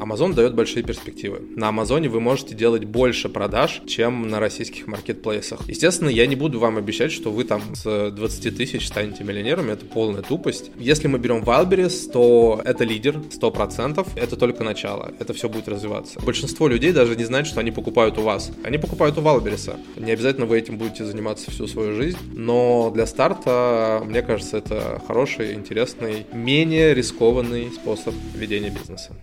Amazon дает большие перспективы. На Амазоне вы можете делать больше продаж, чем на российских маркетплейсах. Естественно, я не буду вам обещать, что вы там с 20 тысяч станете миллионером, это полная тупость. Если мы берем Wildberries, то это лидер, 100%, это только начало, это все будет развиваться. Большинство людей даже не знает, что они покупают у вас. Они покупают у Wildberries. Не обязательно вы этим будете заниматься всю свою жизнь, но для старта, мне кажется, это хороший, интересный, менее рискованный способ ведения бизнеса.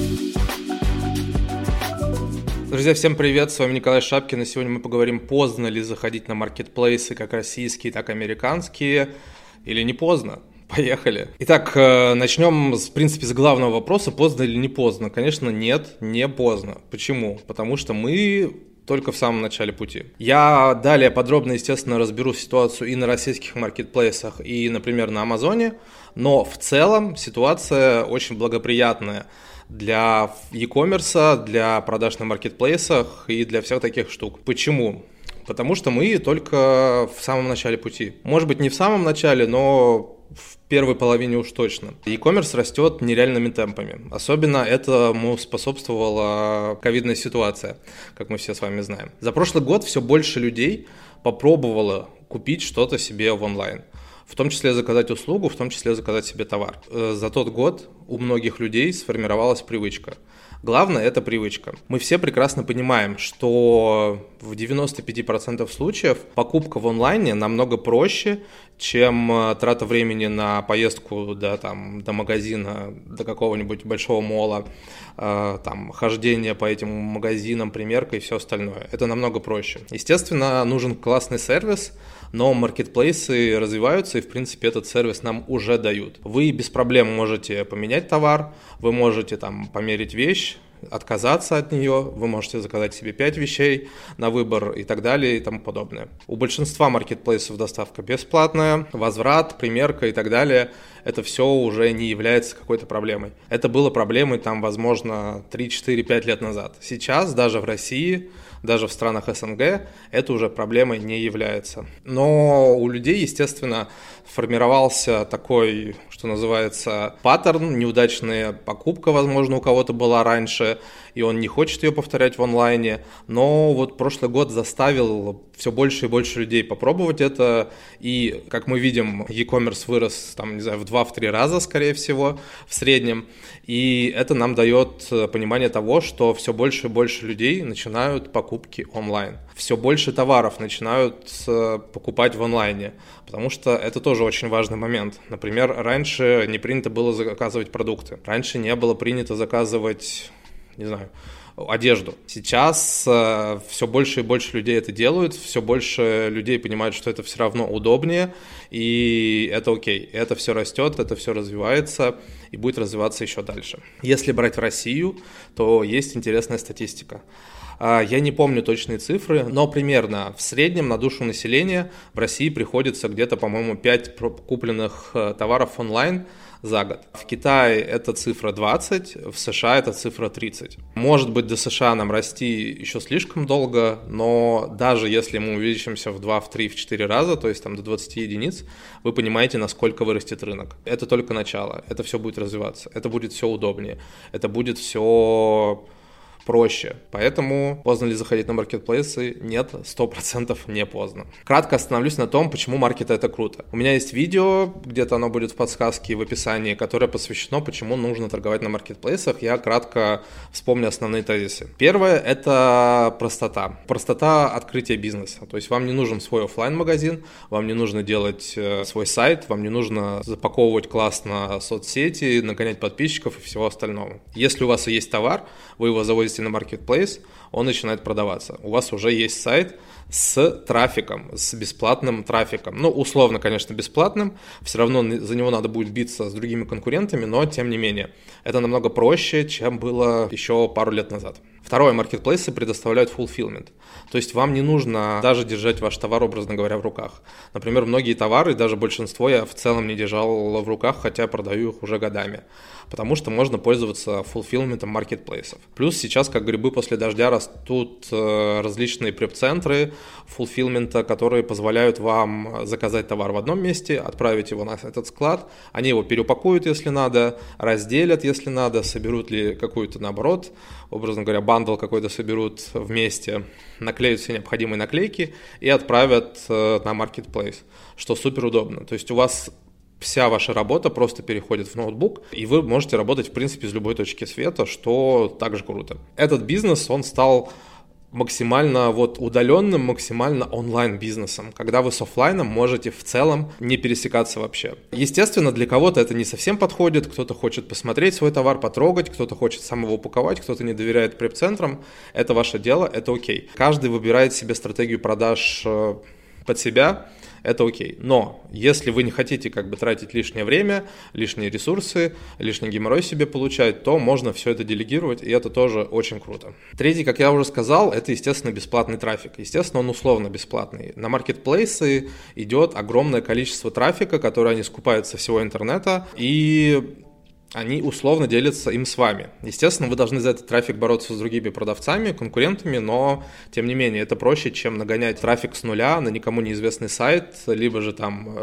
Друзья, всем привет, с вами Николай Шапкин, и сегодня мы поговорим, поздно ли заходить на маркетплейсы, как российские, так и американские, или не поздно. Поехали. Итак, начнем, в принципе, с главного вопроса, поздно или не поздно. Конечно, нет, не поздно. Почему? Потому что мы только в самом начале пути. Я далее подробно, естественно, разберу ситуацию и на российских маркетплейсах, и, например, на Амазоне, но в целом ситуация очень благоприятная для e-commerce, для продаж на маркетплейсах и для всех таких штук. Почему? Потому что мы только в самом начале пути. Может быть, не в самом начале, но в первой половине уж точно. E-commerce растет нереальными темпами. Особенно этому способствовала ковидная ситуация, как мы все с вами знаем. За прошлый год все больше людей попробовало купить что-то себе в онлайн. В том числе заказать услугу, в том числе заказать себе товар. За тот год у многих людей сформировалась привычка. Главное – это привычка. Мы все прекрасно понимаем, что в 95% случаев покупка в онлайне намного проще, чем трата времени на поездку до магазина, до какого-нибудь большого мола, хождение по этим магазинам, примерка и все остальное. Это намного проще. Естественно, нужен классный сервис, но маркетплейсы развиваются, и, в принципе, этот сервис нам уже дают. Вы без проблем можете поменять товар, вы можете померить вещь, отказаться от нее, вы можете заказать себе 5 вещей на выбор и так далее и тому подобное. У большинства маркетплейсов доставка бесплатная, возврат, примерка и так далее. Это все уже не является какой-то проблемой. Это было проблемой, возможно, 3, 4, 5 лет назад. Сейчас даже в России, даже в странах СНГ это уже проблемой не является. Но у людей, естественно, формировался такой, что называется, паттерн, неудачная покупка, возможно, у кого-то была раньше, и он не хочет ее повторять в онлайне. Но вот прошлый год заставил все больше и больше людей попробовать это, и, как мы видим, e-commerce вырос, в 2-3 раза, скорее всего, в среднем, и это нам дает понимание того, что все больше и больше людей начинают покупки онлайн. Все больше товаров начинают покупать в онлайне, потому что это тоже очень важный момент. Например, раньше не принято было заказывать продукты, раньше не было принято заказывать, одежду. Сейчас все больше и больше людей это делают, все больше людей понимают, что это все равно удобнее, и это окей. Это все растет, это все развивается и будет развиваться еще дальше. Если брать Россию, то есть интересная статистика. Я не помню точные цифры, но примерно в среднем на душу населения в России приходится где-то, по-моему, 5 купленных товаров онлайн за год. В Китае эта цифра 20, в США эта цифра 30. Может быть, до США нам расти еще слишком долго, но даже если мы увеличимся в 2, в 3, в 4 раза, то есть до 20 единиц, вы понимаете, насколько вырастет рынок. Это только начало, это все будет развиваться, это будет все удобнее, это будет все проще. Поэтому поздно ли заходить на маркетплейсы? Нет, 100% не поздно. Кратко остановлюсь на том, почему маркет это круто. У меня есть видео, где-то оно будет в подсказке и в описании, которое посвящено, почему нужно торговать на маркетплейсах. Я кратко вспомню основные тезисы. Первое – это простота. Простота открытия бизнеса. То есть вам не нужен свой офлайн-магазин, вам не нужно делать свой сайт, вам не нужно запаковывать классно соцсети, нагонять подписчиков и всего остального. Если у вас и есть товар, вы его завозите на маркетплейс, он начинает продаваться. У вас уже есть сайт с трафиком, с бесплатным трафиком. Условно, конечно, бесплатным. Все равно за него надо будет биться с другими конкурентами, но тем не менее. Это намного проще, чем было еще пару лет назад. Второе, маркетплейсы предоставляют fulfillment. То есть вам не нужно даже держать ваш товар, образно говоря, в руках. Например, многие товары, даже большинство я в целом не держал в руках, хотя продаю их уже годами. Потому что можно пользоваться фулфилментом маркетплейсов. Плюс сейчас, как грибы после дождя, растут различные преп-центры фулфилмента, которые позволяют вам заказать товар в одном месте, отправить его на этот склад, они его переупакуют, если надо, разделят, если надо, соберут ли какую-то, наоборот, образно говоря, бандл какой-то соберут вместе, наклеют все необходимые наклейки и отправят на маркетплейс, что супер удобно. То есть у вас вся ваша работа просто переходит в ноутбук, и вы можете работать, в принципе, из любой точки света, что также круто. Этот бизнес, он стал максимально удаленным, максимально онлайн-бизнесом, когда вы с офлайном можете в целом не пересекаться вообще. Естественно, для кого-то это не совсем подходит, кто-то хочет посмотреть свой товар, потрогать, кто-то хочет сам его упаковать, кто-то не доверяет преп-центрам. Это ваше дело, это окей. Каждый выбирает себе стратегию продаж под себя, это окей. Но если вы не хотите тратить лишнее время, лишние ресурсы, лишний геморрой себе получать, то можно все это делегировать, и это тоже очень круто. Третий, как я уже сказал, это, естественно, бесплатный трафик. Естественно, он условно бесплатный. На маркетплейсы идет огромное количество трафика, который они скупают со всего интернета, и они условно делятся им с вами. Естественно, вы должны за этот трафик бороться с другими продавцами, конкурентами, но, тем не менее, это проще, чем нагонять трафик с нуля на никому неизвестный сайт, либо же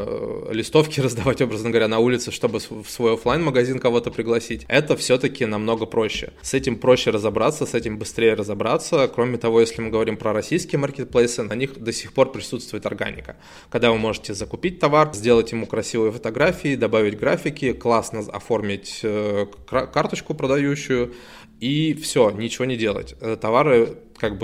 листовки раздавать, образно говоря, на улице, чтобы в свой офлайн-магазин кого-то пригласить. Это все-таки намного проще. С этим проще разобраться, с этим быстрее разобраться. Кроме того, если мы говорим про российские маркетплейсы, на них до сих пор присутствует органика. Когда вы можете закупить товар, сделать ему красивые фотографии, добавить графики, классно оформить карточку продающую, и все, ничего не делать. Товары,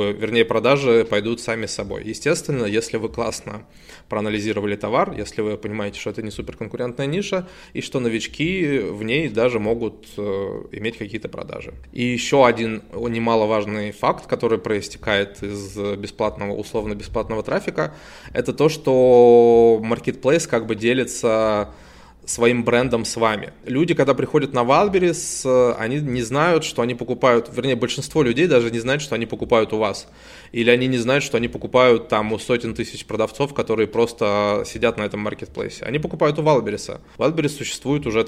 продажи пойдут сами собой. Естественно, если вы классно проанализировали товар, если вы понимаете, что это не суперконкурентная ниша, и что новички в ней даже могут иметь какие-то продажи. И еще один немаловажный факт, который проистекает из условно-бесплатного трафика, это то, что маркетплейс делится своим брендом с вами. Люди, когда приходят на Wildberries, они не знают, что они покупают, большинство людей даже не знают, что они покупают у вас. Или они не знают, что они покупают у сотен тысяч продавцов, которые просто сидят на этом маркетплейсе. Они покупают у Wildberries. Wildberries существует уже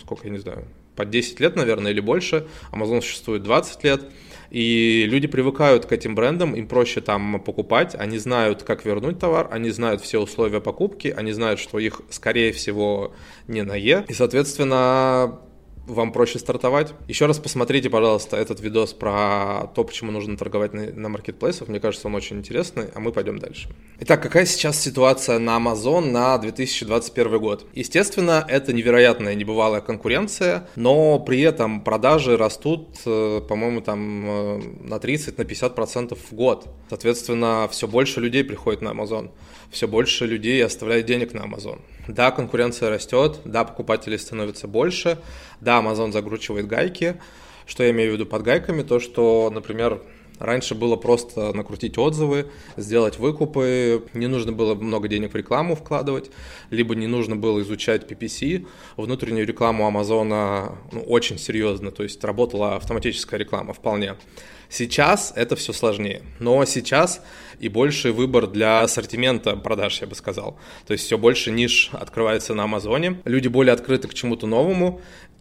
под 10 лет, наверное, или больше. Amazon существует 20 лет. И люди привыкают к этим брендам, им проще покупать, они знают, как вернуть товар, они знают все условия покупки, они знают, что их, скорее всего, не на Е, и, соответственно, вам проще стартовать. Еще раз посмотрите, пожалуйста, этот видос про то, почему нужно торговать на маркетплейсах. Мне кажется, он очень интересный, а мы пойдем дальше. Итак, какая сейчас ситуация на Amazon на 2021 год? Естественно, это невероятная, небывалая конкуренция, но при этом продажи растут, по-моему, на 30-50% в год. Соответственно, все больше людей приходит на Amazon, все больше людей оставляет денег на Amazon. Да, конкуренция растет, да, покупателей становится больше, да, Amazon закручивает гайки. Что я имею в виду под гайками? То, что, например, раньше было просто накрутить отзывы, сделать выкупы, не нужно было много денег в рекламу вкладывать, либо не нужно было изучать PPC, внутреннюю рекламу Амазона очень серьезно, то есть работала автоматическая реклама вполне. Сейчас это все сложнее, но сейчас и больший выбор для ассортимента продаж, я бы сказал. То есть все больше ниш открывается на Амазоне, люди более открыты к чему-то новому,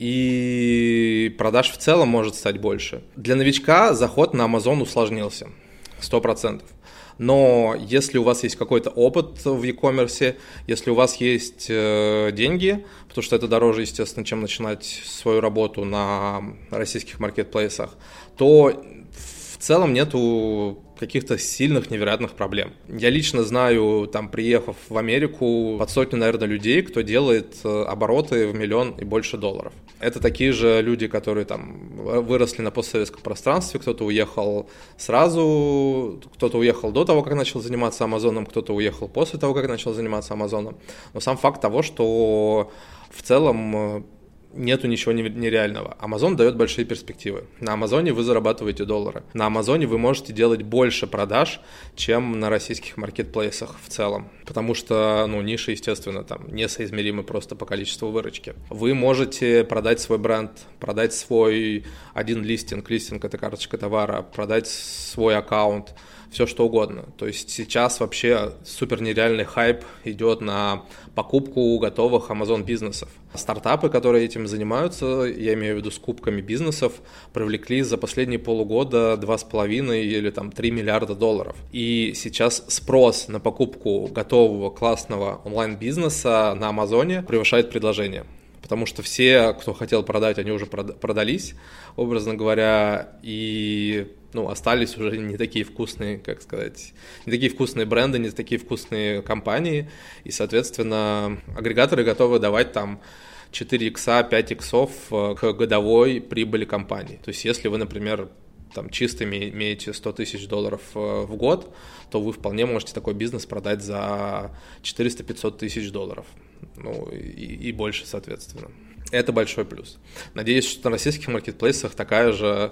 и продаж в целом может стать больше. Для новичка заход на Амазон усложнился, 100%. Но если у вас есть какой-то опыт в e-commerce, если у вас есть деньги, потому что это дороже, естественно, чем начинать свою работу на российских маркетплейсах, то в целом нету каких-то сильных, невероятных проблем. Я лично знаю, приехав в Америку, под сотню, наверное, людей, кто делает обороты в $1 миллион и больше долларов. Это такие же люди, которые выросли на постсоветском пространстве, кто-то уехал сразу, кто-то уехал до того, как начал заниматься Амазоном, кто-то уехал после того, как начал заниматься Амазоном. Но сам факт того, что в целом нету ничего нереального. Amazon дает большие перспективы. На Амазоне вы зарабатываете доллары. На Амазоне вы можете делать больше продаж, чем на российских маркетплейсах в целом. Потому что, ниши, естественно, там несоизмеримы просто по количеству выручки. Вы можете продать свой бренд, продать свой один листинг. Листинг – это карточка товара, продать свой аккаунт, все что угодно. То есть сейчас вообще супер нереальный хайп идет на покупку готовых Amazon бизнесов. Стартапы, которые этим занимаются, я имею в виду скупками бизнесов, привлекли за последние полугода 2,5 или 3 миллиарда долларов. И сейчас спрос на покупку готового классного онлайн-бизнеса на Амазоне превышает предложение. Потому что все, кто хотел продать, они уже продались, образно говоря, и остались уже не такие вкусные, не такие вкусные бренды, не такие вкусные компании, и, соответственно, агрегаторы готовы давать 4 икса, 5 иксов к годовой прибыли компании. То есть, если вы, например, чисто имеете $100 тысяч в год, то вы вполне можете такой бизнес продать за 400-500 тысяч долларов. И больше, соответственно. Это большой плюс. Надеюсь, что на российских маркетплейсах такая же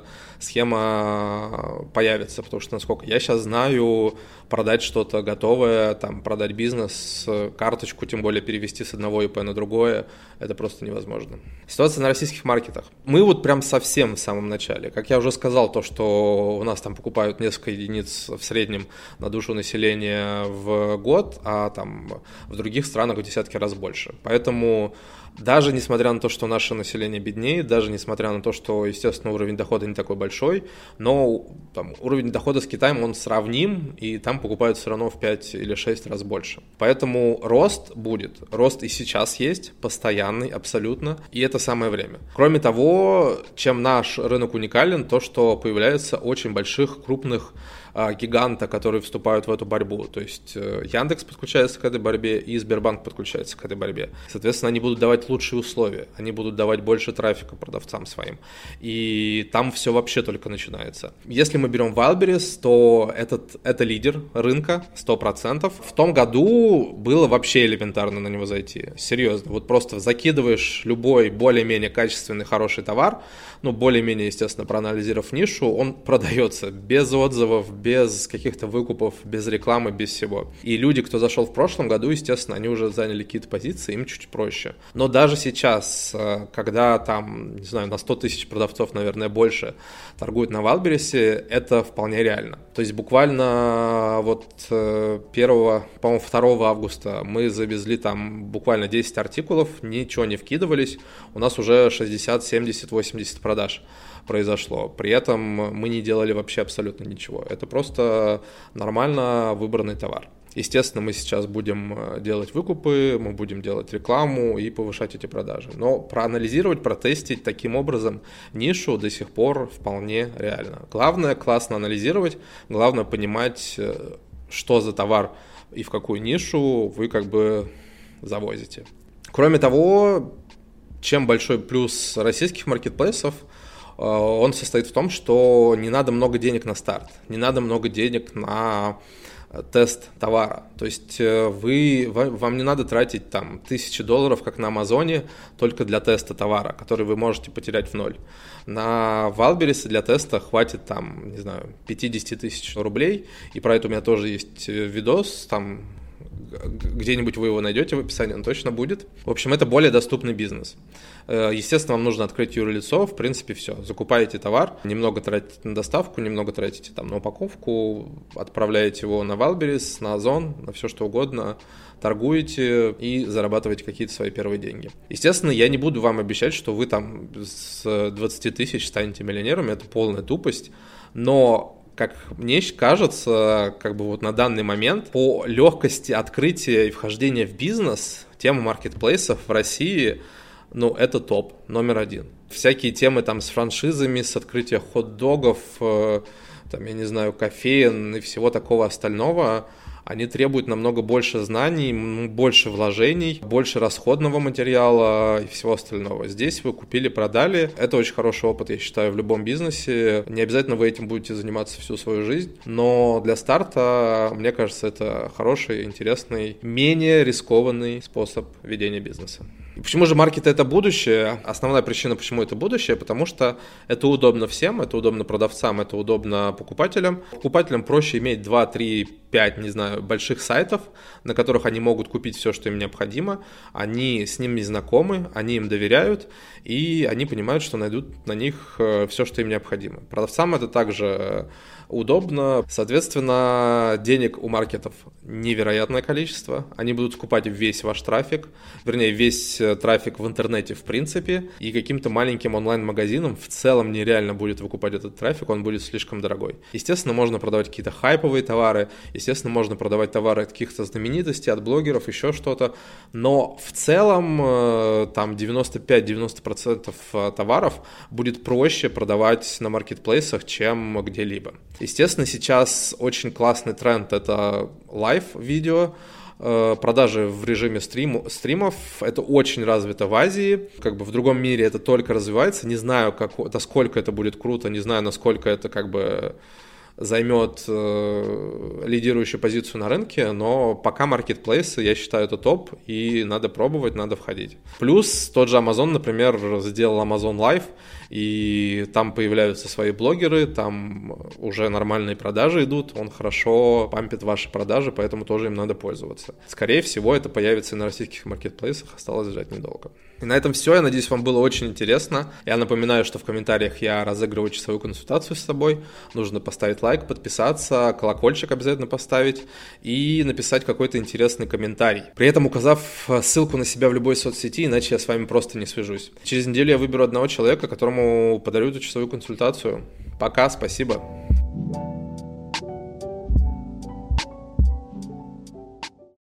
схема появится, потому что, насколько я сейчас знаю, продать что-то готовое, продать бизнес, карточку, тем более перевести с одного ИП на другое, это просто невозможно. Ситуация на российских маркетах. Мы прям совсем в самом начале. Как я уже сказал, то, что у нас покупают несколько единиц в среднем на душу населения в год, а в других странах в десятки раз больше. Поэтому даже несмотря на то, что наше население беднеет, даже несмотря на то, что, естественно, уровень дохода не такой большой, но уровень дохода с Китаем, он сравним, и там покупают все равно в 5 или 6 раз больше. Поэтому рост будет. Рост и сейчас есть, постоянный, абсолютно, и это самое время. Кроме того, чем наш рынок уникален, то, что появляется очень больших, крупных гиганта, которые вступают в эту борьбу. То есть Яндекс подключается к этой борьбе и Сбербанк подключается к этой борьбе. Соответственно, они будут давать лучшие условия, они будут давать больше трафика продавцам своим. И там все вообще только начинается. Если мы берем Wildberries, то это лидер рынка 100%. В том году было вообще элементарно на него зайти. Серьезно. Просто закидываешь любой более-менее качественный, хороший товар, более-менее, естественно, проанализировав нишу, он продается без отзывов, без каких-то выкупов, без рекламы, без всего. И люди, кто зашел в прошлом году, естественно, они уже заняли какие-то позиции, им чуть проще. Но даже сейчас, когда на 100 тысяч продавцов, наверное, больше торгуют на Wildberries, это вполне реально. То есть буквально 2 августа мы завезли буквально 10 артикулов, ничего не вкидывались, у нас уже 60, 70, 80 продаж произошло. При этом мы не делали вообще абсолютно ничего. Это просто нормально выбранный товар. Естественно, мы сейчас будем делать выкупы, мы будем делать рекламу и повышать эти продажи. Но проанализировать, протестить таким образом нишу до сих пор вполне реально. Главное классно анализировать, главное понимать, что за товар и в какую нишу вы завозите. Кроме того, чем большой плюс российских маркетплейсов, он состоит в том, что не надо много денег на старт, не надо много денег на тест товара. То есть вам не надо тратить $1000, как на Амазоне, только для теста товара, который вы можете потерять в ноль. На Wildberries для теста хватит 50 тысяч рублей, и про это у меня тоже есть видос, где-нибудь вы его найдете в описании, он точно будет. В общем, это более доступный бизнес. Естественно, вам нужно открыть юрлицо, в принципе, все. Закупаете товар, немного тратите на доставку, немного тратите на упаковку, отправляете его на Wildberries, на Озон, на все что угодно, торгуете и зарабатываете какие-то свои первые деньги. Естественно, я не буду вам обещать, что вы с 20 тысяч станете миллионером, это полная тупость, но как мне кажется, на данный момент по легкости открытия и вхождения в бизнес тема маркетплейсов в России, это топ номер 1. Всякие темы с франшизами, с открытия хот-догов, кофеен и всего такого остального, они требуют намного больше знаний, больше вложений, больше расходного материала и всего остального. Здесь вы купили, продали. Это очень хороший опыт, я считаю, в любом бизнесе. Не обязательно вы этим будете заниматься всю свою жизнь, но для старта, мне кажется, это хороший, интересный, менее рискованный способ ведения бизнеса. И почему же маркеты это будущее? Основная причина, почему это будущее, потому что это удобно всем, это удобно продавцам, это удобно покупателям. Покупателям проще иметь 2, 3, 5, не знаю, больших сайтов, на которых они могут купить все, что им необходимо. Они с ними знакомы, они им доверяют, и они понимают, что найдут на них все, что им необходимо. Продавцам это также удобно. Соответственно, денег у маркетов невероятное количество. Они будут скупать весь ваш трафик, вернее, весь трафик в интернете в принципе, и каким-то маленьким онлайн-магазинам в целом нереально будет выкупать этот трафик, он будет слишком дорогой. Естественно, можно продавать какие-то хайповые товары, естественно, можно продавать товары от каких-то знаменитостей, от блогеров, еще что-то, но в целом там 95-90% товаров будет проще продавать на маркетплейсах, чем где-либо. Естественно, сейчас очень классный тренд – это лайв-видео, продажи в режиме стримов. Это очень развито в Азии, как бы в другом мире это только развивается. Не знаю, насколько это будет круто, не знаю, насколько это как бы займет лидирующую позицию на рынке, но пока маркетплейсы, я считаю, это топ, и надо пробовать, надо входить. Плюс тот же Amazon, например, сделал Amazon Live, и там появляются свои блогеры, там уже нормальные продажи идут, он хорошо пампит ваши продажи, поэтому тоже им надо пользоваться. Скорее всего, это появится и на российских маркетплейсах, осталось ждать недолго. И на этом все, я надеюсь, вам было очень интересно. Я напоминаю, что в комментариях я разыгрываю часовую консультацию с собой, нужно поставить лайк, подписаться, колокольчик обязательно поставить и написать какой-то интересный комментарий, при этом указав ссылку на себя в любой соцсети, иначе я с вами просто не свяжусь. Через неделю я выберу одного человека, которому подарю эту часовую консультацию. Пока, спасибо.